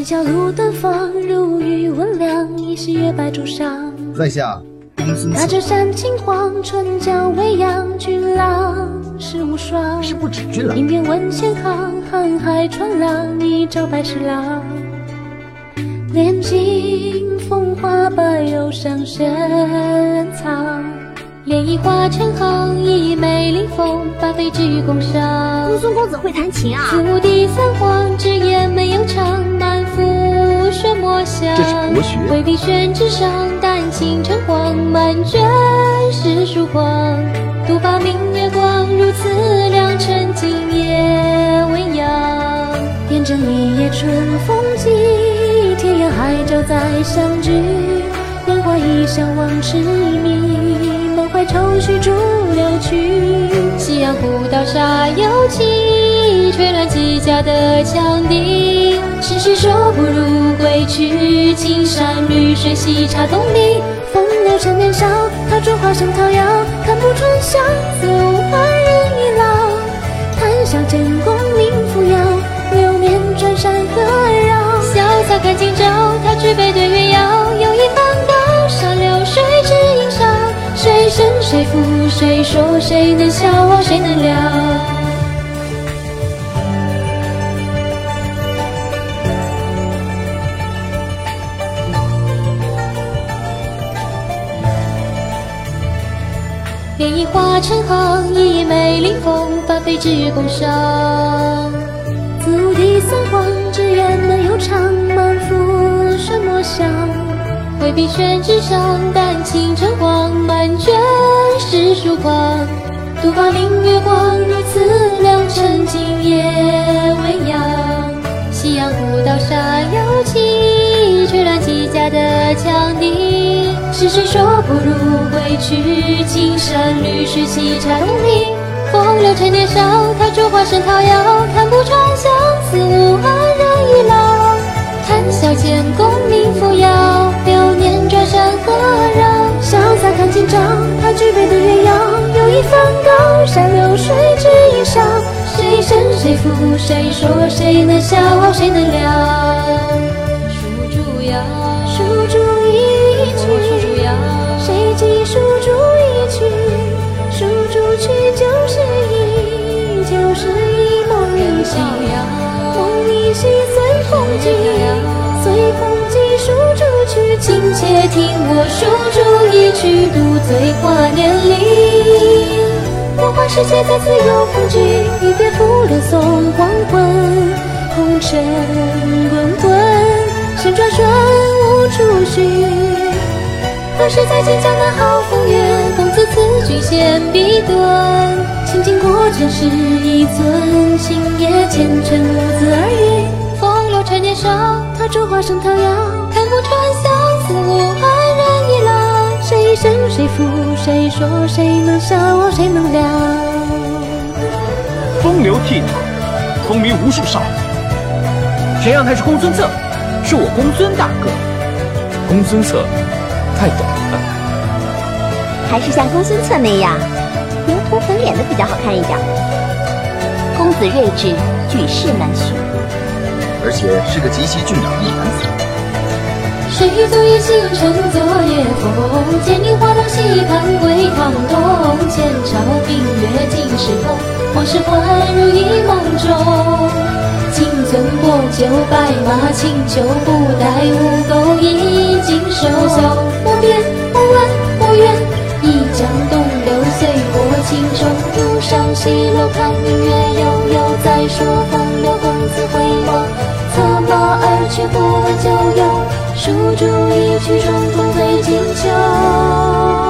桥路灯放，如雨温凉，已是月白珠上。 在下公孙策。 踏着山青黄，春江未央，君郎十无双。 是不止君郎。 饮遍温泉行，航海传浪，一朝白十郎。连襟风华，白又上深藏。莲衣花成行，一美丽风，把飞举弓上。 公孙公子会弹琴啊！ 四五第三荒，只言没有唱，满腹雪墨香。 这是国学。 挥笔宣纸上，丹青橙黄，满卷是曙光。独把明月光，如此良辰今夜未央。点缀一夜春风季，天涯海角再相聚。烟花一笑往痴迷，满怀愁绪逐流去。夕阳古道沙又起，吹乱几家的羌笛。是谁说不如归去？青山绿水西茶东篱。风流趁年少，他着花生桃夭。看不穿相思无换人已老。谈笑间功名扶摇，流年转山河绕。潇洒看今朝，他举杯对月遥。有一番高山流水只影上。谁胜谁负，谁说谁能笑傲，谁能了。莲衣花成行，一美丽风，把飞举弓上。四五第三荒，只言没有唱，满腹雪墨香。挥笔宣纸上，丹青橙黄，满卷是曙光。独把明月光，如此良辰今夜未央。夕阳古道沙又起，吹乱几家的羌笛。是谁说不如归去？青山绿水西茶东篱。风流趁年少，他着花生桃夭。看不穿相思无憾人已老。谈笑间功名扶摇，流年转山河绕。潇洒看今朝，他举杯对月遥。有一番高山流水只影上。谁胜谁负，谁说谁能笑傲，谁能了。书竹摇，书竹一曲，谁记书竹一曲？书竹曲就是一，就是一梦一醒，梦一醒随风起，随风起书竹曲。请且听我书竹一曲，独醉华年里。梦幻世界再次有风聚，一别浮流送黄昏。红尘滚滚，旋转瞬无处寻。何时再见江南好风月？公子此君先笔顿。倾尽过尘是一尊，星夜前尘无字而语。风流趁年少，他着花生桃夭。看不穿相思无憾人已老。谁胜谁负，谁说谁能笑傲，谁能了。 风流倜傥，风靡无数少女。谁让他是公孙策？是我公孙大哥。公孙策太懂了， 还是像公孙策那样油头粉脸的比较好看一点。公子睿智，举世难寻， 而且是个极其俊朗的男子。 谁昨夜星辰昨夜风，见你花灯西畔归堂东。前朝明月尽是空，往事还如一梦中。金樽薄酒白马清秋，不待吴钩已经收。无边无岸无缘，一江东流随过轻舟。独上西楼看明月悠悠，再说风流公子回望。策马而去，不问旧游。书竹一曲，中风醉金秋。